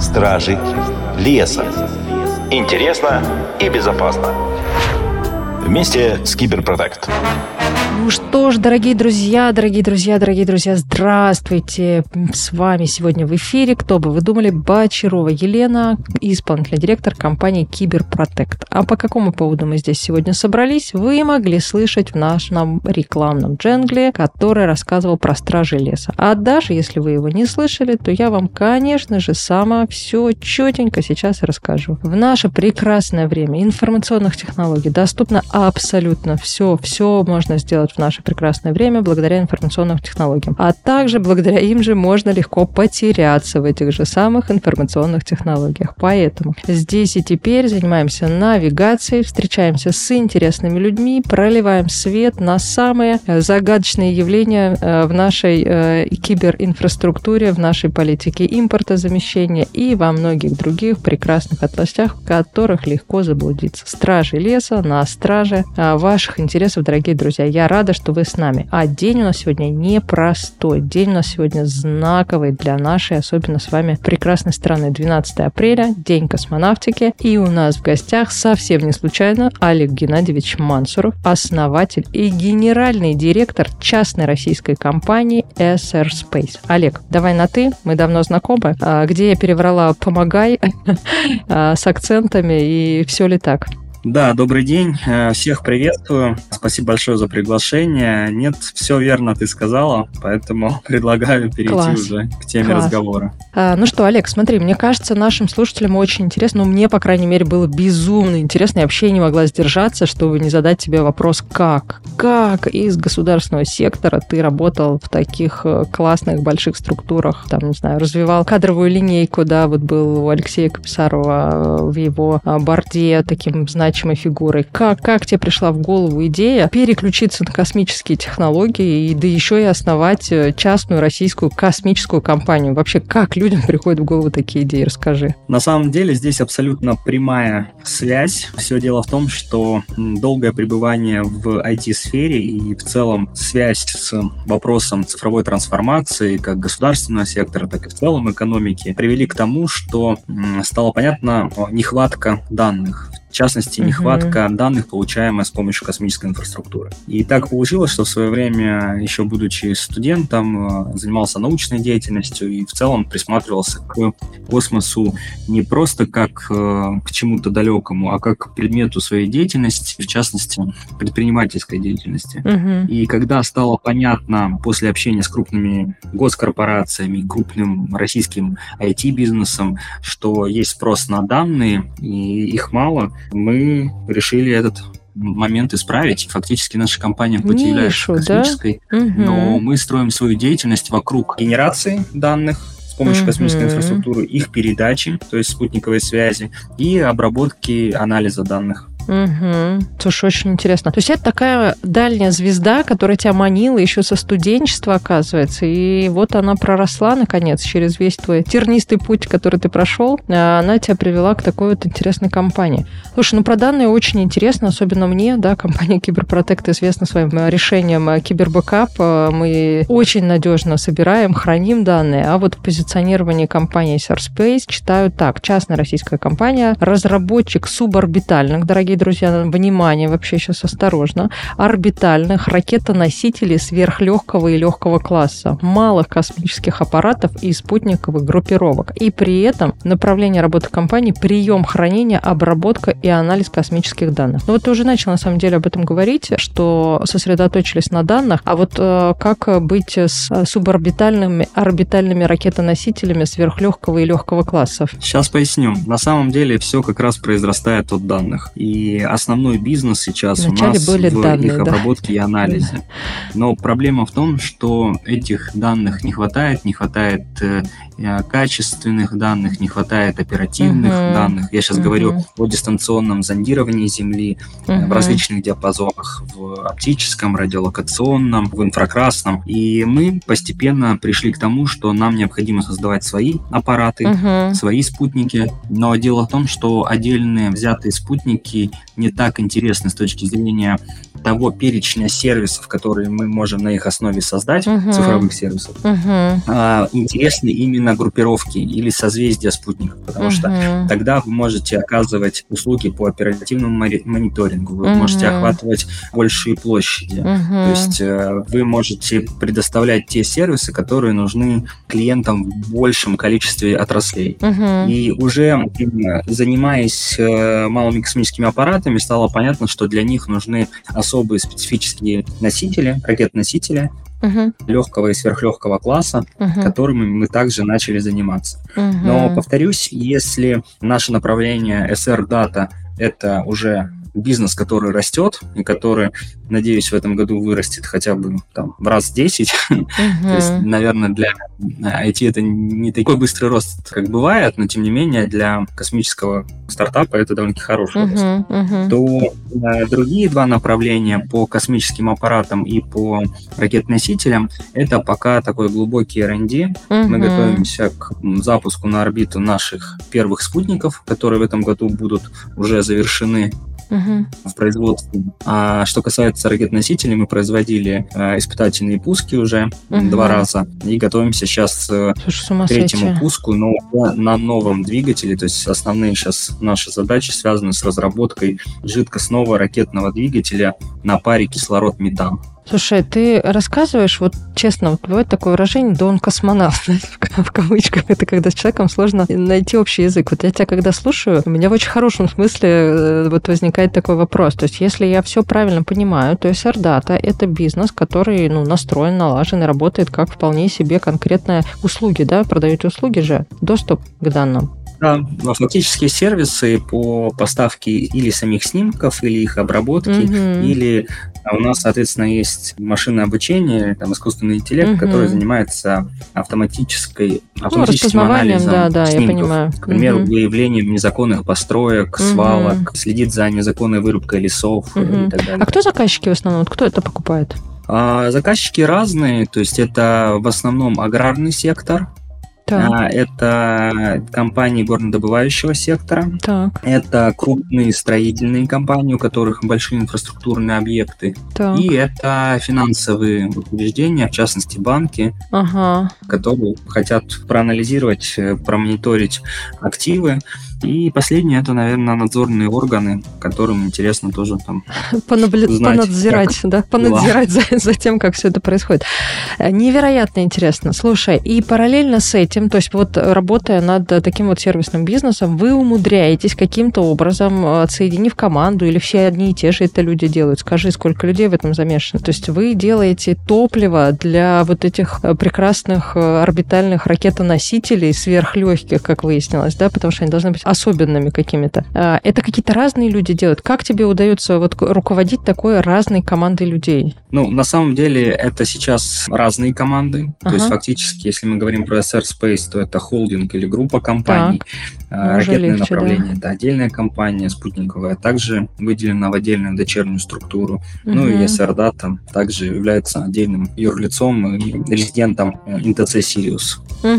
Стражи леса. Интересно и безопасно. Вместе с Киберпротект. Ну что ж, дорогие друзья, здравствуйте! С вами сегодня в эфире, кто бы вы думали, Бочарова Елена, исполнительный директор компании Киберпротект. А по какому поводу мы здесь сегодня собрались, вы могли слышать в нашем рекламном джингле, который рассказывал про стражи леса. А даже если вы его не слышали, то я вам, конечно же, сама все четенько сейчас расскажу. В наше прекрасное время информационных технологий доступно абсолютно все можно сделать в наше прекрасное время благодаря информационным технологиям. А также благодаря им же можно легко потеряться в этих же самых информационных технологиях. Поэтому здесь и теперь занимаемся навигацией, встречаемся с интересными людьми, проливаем свет на самые загадочные явления в нашей киберинфраструктуре, в нашей политике импортозамещения и во многих других прекрасных областях, в которых легко заблудиться. Стражи леса на страже ваших интересов, дорогие друзья. Я рада, что вы с нами. А день у нас сегодня непростой. День у нас сегодня знаковый для нашей, особенно с вами, прекрасной страны. 12 апреля, День космонавтики. И у нас в гостях совсем не случайно Олег Геннадьевич Мансуров, основатель и генеральный директор частной российской компании SR Space. Олег, давай на «ты», мы давно знакомы. Где я переврала «помогай» с акцентами, и все ли так? Да, добрый день, всех приветствую, спасибо большое за приглашение. Нет, все верно ты сказала, поэтому предлагаю перейти уже к теме разговора. Ну что, Олег, смотри, мне кажется, нашим слушателям очень интересно, мне, по крайней мере, было безумно интересно, я вообще не могла сдержаться, чтобы не задать тебе вопрос, как из государственного сектора ты работал в таких классных больших структурах, там, не знаю, развивал кадровую линейку, да, вот был у Алексея Комиссарова в его борде таким значимой фигурой. Как тебе пришла в голову идея переключиться на космические технологии, да еще и основать частную российскую космическую компанию? Вообще, как людям приходят в голову такие идеи? Расскажи. На самом деле, здесь абсолютно прямая связь. Все дело в том, что долгое пребывание в IT-сфере и в целом связь с вопросом цифровой трансформации как государственного сектора, так и в целом экономики привели к тому, что стало понятна нехватка данных. В частности, нехватка данных, получаемых с помощью космической инфраструктуры. И так получилось, что в свое время, еще будучи студентом, занимался научной деятельностью и в целом присматривался к космосу не просто как к чему-то далекому, а как к предмету своей деятельности, в частности, предпринимательской деятельности. И когда стало понятно после общения с крупными госкорпорациями, крупным российским IT-бизнесом, что есть спрос на данные, и их мало, мы решили этот момент исправить. Фактически наша компания хоть и является космической, но мы строим свою деятельность вокруг генерации данных с помощью космической инфраструктуры, их передачи, то есть спутниковой связи, и обработки, анализа данных. Слушай, очень интересно. То есть это такая дальняя звезда, которая тебя манила еще со студенчества, оказывается, и вот она проросла, наконец, через весь твой тернистый путь, который ты прошел, она тебя привела к такой вот интересной компании. Слушай, про данные очень интересно, особенно мне, да, компания Киберпротект известна своим решением кибербэкап. Мы очень надежно собираем, храним данные, а вот в позиционировании компании SR Space читаю так: частная российская компания, разработчик суборбитальных, дорогие друзья, внимание, вообще сейчас осторожно, орбитальных ракетоносителей сверхлегкого и легкого класса, малых космических аппаратов и спутниковых группировок. И при этом направление работы компании — прием, хранение, обработка и анализ космических данных. Ну вот ты уже начал, на самом деле, об этом говорить, что сосредоточились на данных, а вот как быть с суборбитальными, орбитальными ракетоносителями сверхлегкого и легкого классов? Сейчас поясню. На самом деле все как раз произрастает от данных. И основной бизнес сейчас у нас были в данные, их обработке и анализе. Но проблема в том, что этих данных не хватает качественных данных, не хватает оперативных данных. Я сейчас говорю о дистанционном зондировании Земли в различных диапазонах, в оптическом, радиолокационном, в инфракрасном. И мы постепенно пришли к тому, что нам необходимо создавать свои аппараты, свои спутники. Но дело в том, что отдельные взятые спутники не так интересны с точки зрения того перечня сервисов, которые мы можем на их основе создать, цифровых сервисов, интересны именно группировки или созвездия спутников, потому что тогда вы можете оказывать услуги по оперативному мониторингу, вы можете охватывать большие площади, то есть вы можете предоставлять те сервисы, которые нужны клиентам в большем количестве отраслей. И уже занимаясь малыми космическими аппаратами, стало понятно, что для них нужны особые специфические носители, ракет-носители, легкого и сверхлегкого класса, которыми мы также начали заниматься. Но, повторюсь, если наше направление SR-Data — это уже бизнес, который растет и который, надеюсь, в этом году вырастет хотя бы там в раз 10. То есть, наверное, для IT это не такой быстрый рост, как бывает, но, тем не менее, для космического стартапа это довольно-таки хороший рост. То другие два направления по космическим аппаратам и по ракет-носителям — это пока такой глубокий R&D. Мы готовимся к запуску на орбиту наших первых спутников, которые в этом году будут уже завершены в производстве. А что касается ракет-носителей, мы производили испытательные пуски уже 2 раза и готовимся сейчас к третьему пуску, но на новом двигателе. То есть основные сейчас наши задачи связаны с разработкой жидкостного ракетного двигателя на паре кислород-метан. Слушай, ты рассказываешь, вот честно, вот бывает такое выражение, да он космонавт, в кавычках, это когда с человеком сложно найти общий язык. Вот я тебя когда слушаю, у меня в очень хорошем смысле вот возникает такой вопрос. То есть если я все правильно понимаю, то SR-Data — это бизнес, который настроен, налажен и работает как вполне себе конкретные услуги, да? Продаете услуги же, доступ к данным. Да, фактически сервисы по поставке или самих снимков, или их обработки, или у нас, соответственно, есть машинное обучение, там, искусственный интеллект, который занимается автоматическим анализом снимков. Я понимаю. К примеру, выявлением незаконных построек, свалок, следит за незаконной вырубкой лесов и так далее. А кто заказчики в основном? Кто это покупает? Заказчики разные, то есть это в основном аграрный сектор. Это компании горнодобывающего сектора. Это крупные строительные компании, у которых большие инфраструктурные объекты. И это финансовые учреждения, в частности банки, которые хотят проанализировать, промониторить активы. И последнее — это, наверное, надзорные органы, которым интересно тоже там понадзирать за тем, как все это происходит. Невероятно интересно. Слушай, и параллельно с этим, то есть вот работая над таким вот сервисным бизнесом, вы умудряетесь каким-то образом, отсоединив команду, или все одни и те же это люди делают? Скажи, сколько людей в этом замешано? То есть вы делаете топливо для вот этих прекрасных орбитальных ракетоносителей сверхлегких, как выяснилось, да, потому что они должны быть особенными какими-то. Это какие-то разные люди делают. Как тебе удается вот руководить такой разной командой людей? На самом деле это сейчас разные команды. То есть фактически, если мы говорим про SR Space, то это холдинг или группа компаний. Ракетное направление — это отдельная компания спутниковая, также выделена в отдельную дочернюю структуру. И SR-Data также является отдельным юрлицом и резидентом НТЦ «Сириус».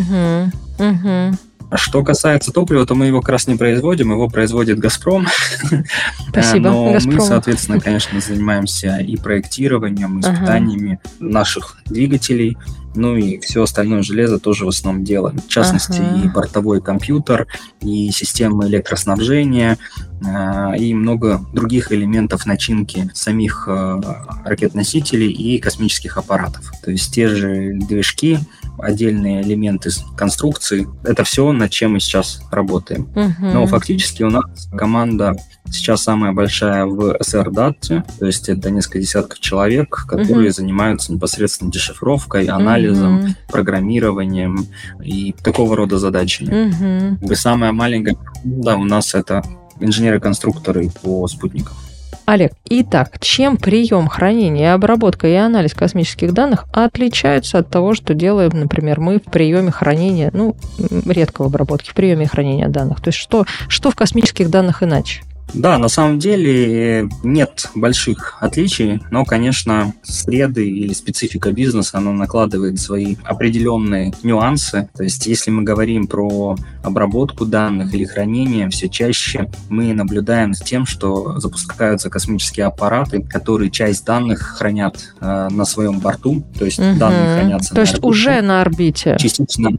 Что касается топлива, то мы его как раз не производим, его производит «Газпром». Спасибо, но «Газпром». Мы, соответственно, конечно, занимаемся и проектированием, и испытаниями наших двигателей, и все остальное железо тоже в основном делаем. В частности, и бортовой компьютер, и системы электроснабжения, и много других элементов начинки самих ракет-носителей и космических аппаратов. То есть те же движки, отдельные элементы конструкции. Это все, над чем мы сейчас работаем. Но фактически у нас команда сейчас самая большая в SR-Data, то есть это несколько десятков человек, которые занимаются непосредственно дешифровкой, анализом, программированием и такого рода задачами. Самая маленькая команда у нас — это инженеры-конструкторы по спутникам. Олег, итак, чем прием, хранение, обработка и анализ космических данных отличаются от того, что делаем, например, мы в приеме хранения, редко в обработке, в приеме хранения данных? То есть что в космических данных иначе? Да, на самом деле нет больших отличий, но, конечно, среды или специфика бизнеса, она накладывает свои определенные нюансы. То есть, если мы говорим про обработку данных или хранение, все чаще мы наблюдаем за тем, что запускаются космические аппараты, которые часть данных хранят на своем борту, то есть данные хранятся то есть орбите. Уже на орбите. Частично.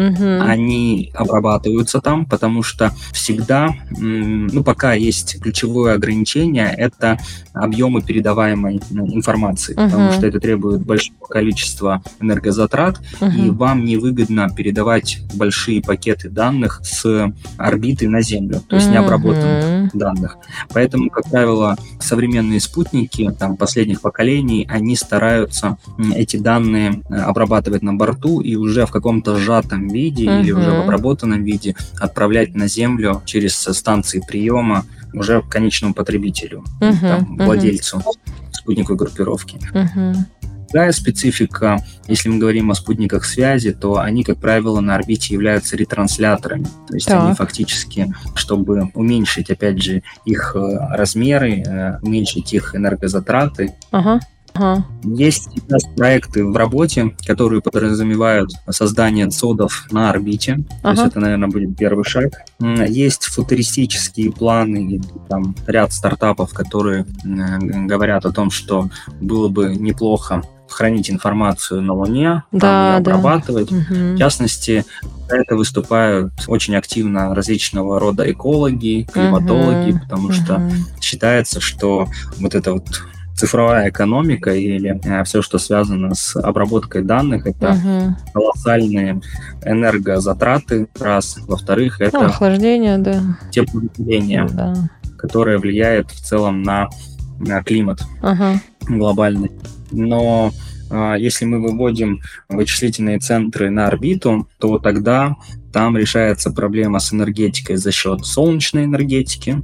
Они обрабатываются там, потому что всегда, пока есть ключевое ограничение, это объемы передаваемой информации, потому что это требует большого количества энергозатрат, и вам невыгодно передавать большие пакеты данных с орбиты на Землю, то есть необработанных данных. Поэтому, как правило, современные спутники последних поколений, они стараются эти данные обрабатывать на борту и уже в каком-то сжатом виде или уже в обработанном виде отправлять на Землю через станции приема уже к конечному потребителю, владельцу спутниковой группировки. Другая специфика, если мы говорим о спутниках связи, то они, как правило, на орбите являются ретрансляторами. То есть они фактически, чтобы уменьшить, опять же, их размеры, уменьшить их энергозатраты, есть сейчас проекты в работе, которые подразумевают создание цодов на орбите. То есть это, наверное, будет первый шаг. Есть футуристические планы, ряд стартапов, которые говорят о том, что было бы неплохо хранить информацию на Луне, ее обрабатывать. В частности, за это выступают очень активно различного рода экологи, климатологи, потому что считается, что вот это вот цифровая экономика или все, что связано с обработкой данных, это колоссальные энергозатраты, раз. Во-вторых, это охлаждение, теплоотделение, которое влияет в целом на климат глобальный. Но если мы выводим вычислительные центры на орбиту, то тогда там решается проблема с энергетикой за счет солнечной энергетики,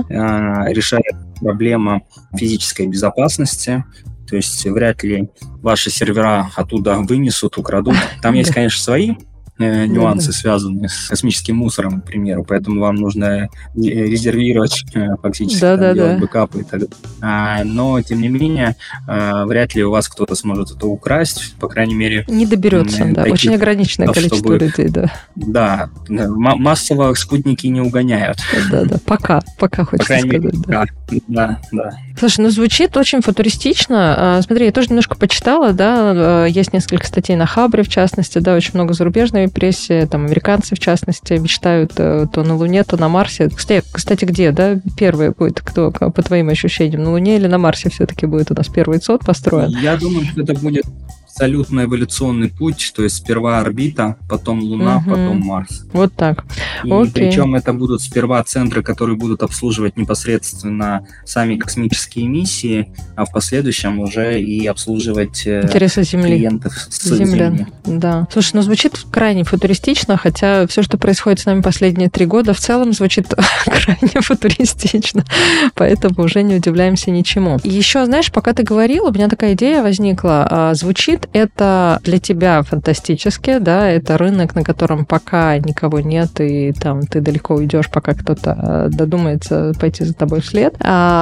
решается проблема физической безопасности, то есть вряд ли ваши сервера оттуда вынесут, украдут. Там есть, конечно, свои нюансы, связанные с космическим мусором, к примеру, поэтому вам нужно резервировать фактически, делать бэкапы и так далее. Но, тем не менее, вряд ли у вас кто-то сможет это украсть, по крайней мере... Не доберется, очень ограниченное количество людей, Да, массово спутники не угоняют. Пока хочется сказать. Да. Слушай, звучит очень футуристично. Смотри, я тоже немножко почитала, есть несколько статей на Хабре, в частности, очень много зарубежной прессе, американцы, в частности, мечтают то на Луне, то на Марсе. Кстати, где, первый будет, кто, по твоим ощущениям, на Луне или на Марсе все-таки будет у нас первый ЦОД построен? Я думаю, что это будет абсолютно эволюционный путь, то есть сперва орбита, потом Луна, потом Марс. Вот так. И причем это будут сперва центры, которые будут обслуживать непосредственно сами космические миссии, а в последующем уже и обслуживать клиентов с Земли. Да. Слушай, звучит крайне футуристично, хотя все, что происходит с нами последние 3 года, в целом звучит крайне футуристично, поэтому уже не удивляемся ничему. И еще, знаешь, пока ты говорил, у меня такая идея возникла. Звучит это для тебя фантастически, это рынок, на котором пока никого нет, и ты далеко уйдешь, пока кто-то додумается пойти за тобой вслед.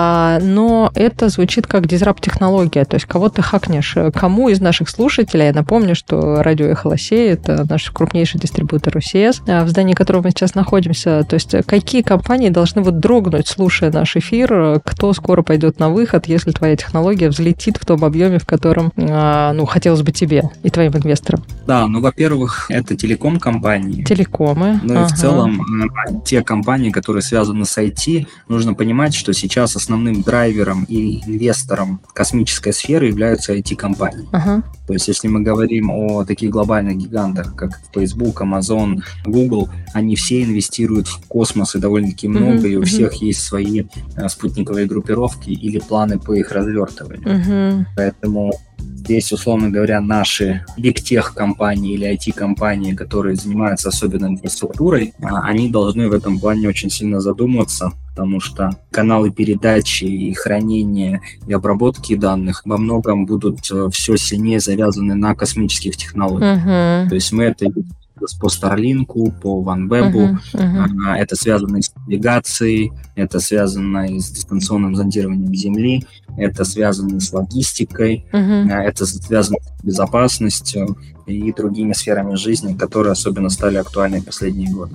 Но это звучит как дизрапт-технология, то есть кого ты хакнешь. Кому из наших слушателей, я напомню, что радио «Эхо Лосей» — это наш крупнейший дистрибьютор УСС, в здании которого мы сейчас находимся. То есть какие компании должны дрогнуть, слушая наш эфир, кто скоро пойдет на выход, если твоя технология взлетит в том объеме, в котором, хотелось бы тебе и твоим инвесторам? Да, во-первых, это телеком-компании. Телекомы. И в целом те компании, которые связаны с IT, нужно понимать, что сейчас основным драйвером и инвестором космической сферы являются IT-компании. То есть, если мы говорим о таких глобальных гигантах, как Facebook, Amazon, Google, они все инвестируют в космос и довольно-таки много, и у всех есть свои спутниковые группировки или планы по их развертыванию. Поэтому здесь, условно говоря, наши бигтех-компании или IT-компании, которые занимаются особенно инфраструктурой, они должны в этом плане очень сильно задуматься, потому что каналы передачи и хранения и обработки данных во многом будут все сильнее завязаны на космических технологиях. То есть мы это по Starlink, по OneWeb, это связано с навигацией, это связано и с дистанционным зондированием Земли, это связано с логистикой, это связано с безопасностью и другими сферами жизни, которые особенно стали актуальны в последние годы.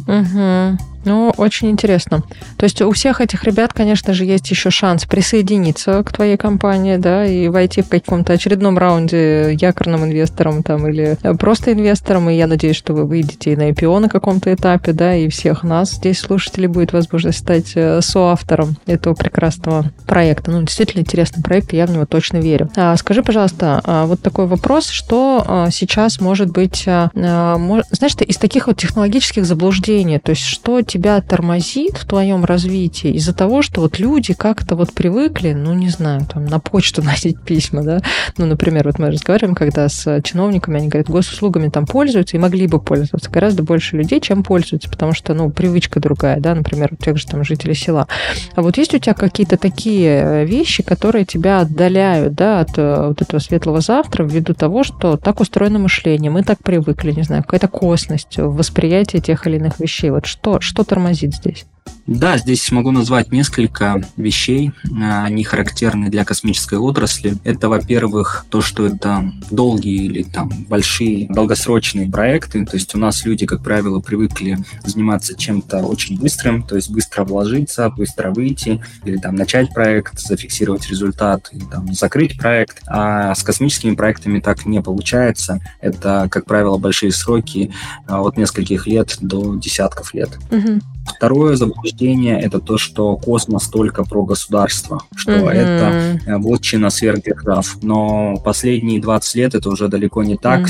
Ну, очень интересно. То есть у всех этих ребят, конечно же, есть еще шанс присоединиться к твоей компании, да, и войти в каком-то очередном раунде якорным инвестором там, или просто инвестором, и я надеюсь, что вы выйдете и на IPO на каком-то этапе, да, и всех нас здесь, слушателей, будет возможность стать соавтором этого прекрасного проекта. Ну, действительно интересный проект, и я в него точно верю. Скажи, пожалуйста, вот такой вопрос, что сейчас может быть, знаешь, из таких вот технологических заблуждений, то есть что тебя тормозит в твоем развитии из-за того, что вот люди как-то вот привыкли, ну, не знаю, там, на почту носить письма, да, ну, например, вот мы разговариваем, когда с чиновниками, они говорят, госуслугами там пользуются и могли бы пользоваться гораздо больше людей, чем пользуются, потому что, ну, привычка другая, да, например, у тех же там жителей села. А вот есть у тебя какие-то такие вещи, которые тебя отдаляют, да, от вот этого светлого завтра ввиду того, что так устроено мышление, мы так привыкли, не знаю, какая-то косность в восприятии тех или иных вещей. Вот что тормозит здесь? Да, здесь могу назвать несколько вещей, они характерны для космической отрасли. Это, во-первых, то, что это долгие или там большие долгосрочные проекты, то есть у нас люди, как правило, привыкли заниматься чем-то очень быстрым, то есть быстро вложиться, быстро выйти, или там начать проект, зафиксировать результат, или там закрыть проект, а с космическими проектами так не получается. Это, как правило, большие сроки от нескольких лет до десятков лет. Второе заблуждение – это то, что космос только про государство, что это вотчина сверхдержав. Но последние 20 лет это уже далеко не так.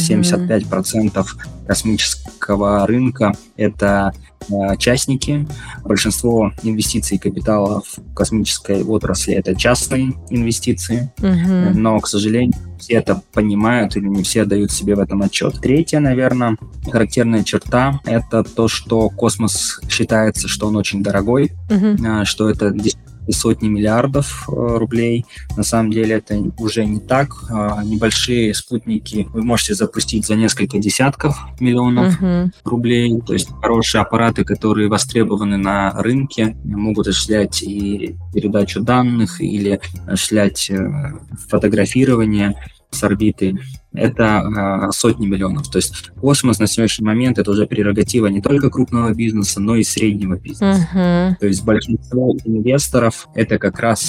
75% космического рынка – это частники. Большинство инвестиций и капитала в космической отрасли – это частные инвестиции. Но, к сожалению, все это понимают или не все дают себе в этом отчет. Третья, наверное, характерная черта – это то, что космос считается, что он очень дорогой, что это сотни миллиардов рублей. На самом деле это уже не так. Небольшие спутники вы можете запустить за несколько десятков миллионов рублей. То есть хорошие аппараты, которые востребованы на рынке, могут осуществлять и передачу данных или осуществлять фотографирование с орбиты. Это сотни миллионов. То есть космос на сегодняшний момент это уже прерогатива не только крупного бизнеса, но и среднего бизнеса. То есть большинство инвесторов это как раз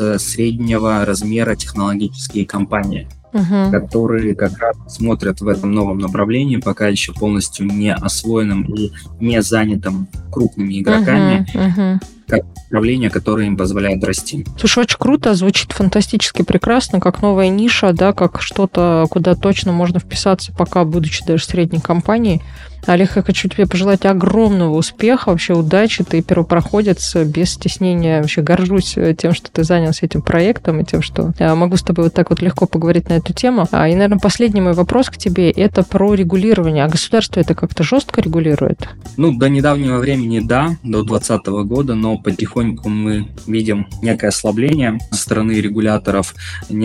среднего размера технологические компании, которые как раз смотрят в этом новом направлении, пока еще полностью не освоенном и не занятым крупными игроками, как направление, которое им позволяет расти. Слушай, очень круто, звучит фантастически прекрасно, как новая ниша, да, как что-то, куда точно можно вписаться, пока будучи даже средней компанией. Олег, я хочу тебе пожелать огромного успеха, вообще удачи, ты первопроходец, без стеснения. Вообще горжусь тем, что ты занялся этим проектом и тем, что я могу с тобой вот так вот легко поговорить на эту тему. И, наверное, последний мой вопрос к тебе, это про регулирование. А государство это как-то жестко регулирует? Ну, до недавнего времени, да, до 2020 года, но потихоньку мы видим некое ослабление со стороны регуляторов,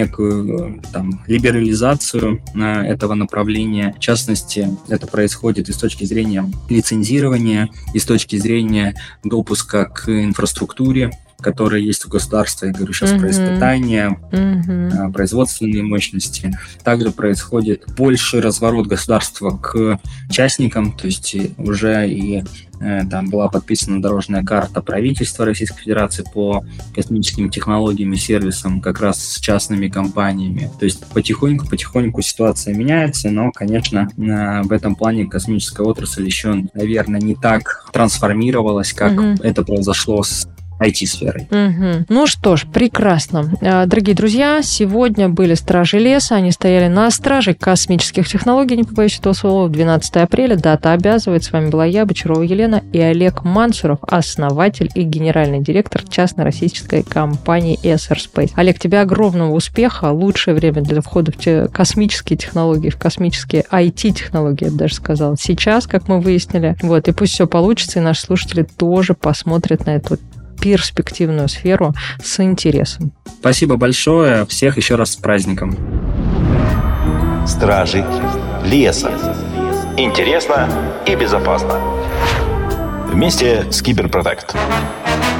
некую там либерализацию этого направления. В частности, это происходит и с точки зрения лицензирования, и с точки зрения допуска к инфраструктуре, которая есть у государства, я говорю сейчас про испытания, производственные мощности. Также происходит больший разворот государства к частникам, то есть уже и там была подписана дорожная карта правительства Российской Федерации по космическим технологиям и сервисам как раз с частными компаниями. То есть потихоньку ситуация меняется, но, конечно, в этом плане космическая отрасль еще, наверное, не так трансформировалась, как это произошло с IT-сферой. Ну что ж, прекрасно. Дорогие друзья, сегодня были стражи леса, они стояли на страже космических технологий, не побоюсь этого слова, 12 апреля, дата обязывает. С вами была я, Бочарова Елена, и Олег Мансуров, основатель и генеральный директор частной российской компании ESR Space. Олег, тебе огромного успеха, лучшее время для входа в космические технологии, в космические IT-технологии, я бы даже сказала, сейчас, как мы выяснили. Вот, и пусть все получится, и наши слушатели тоже посмотрят на эту перспективную сферу с интересом. Спасибо большое. Всех еще раз с праздником. Стражи леса. Интересно и безопасно. Вместе с Киберпротект.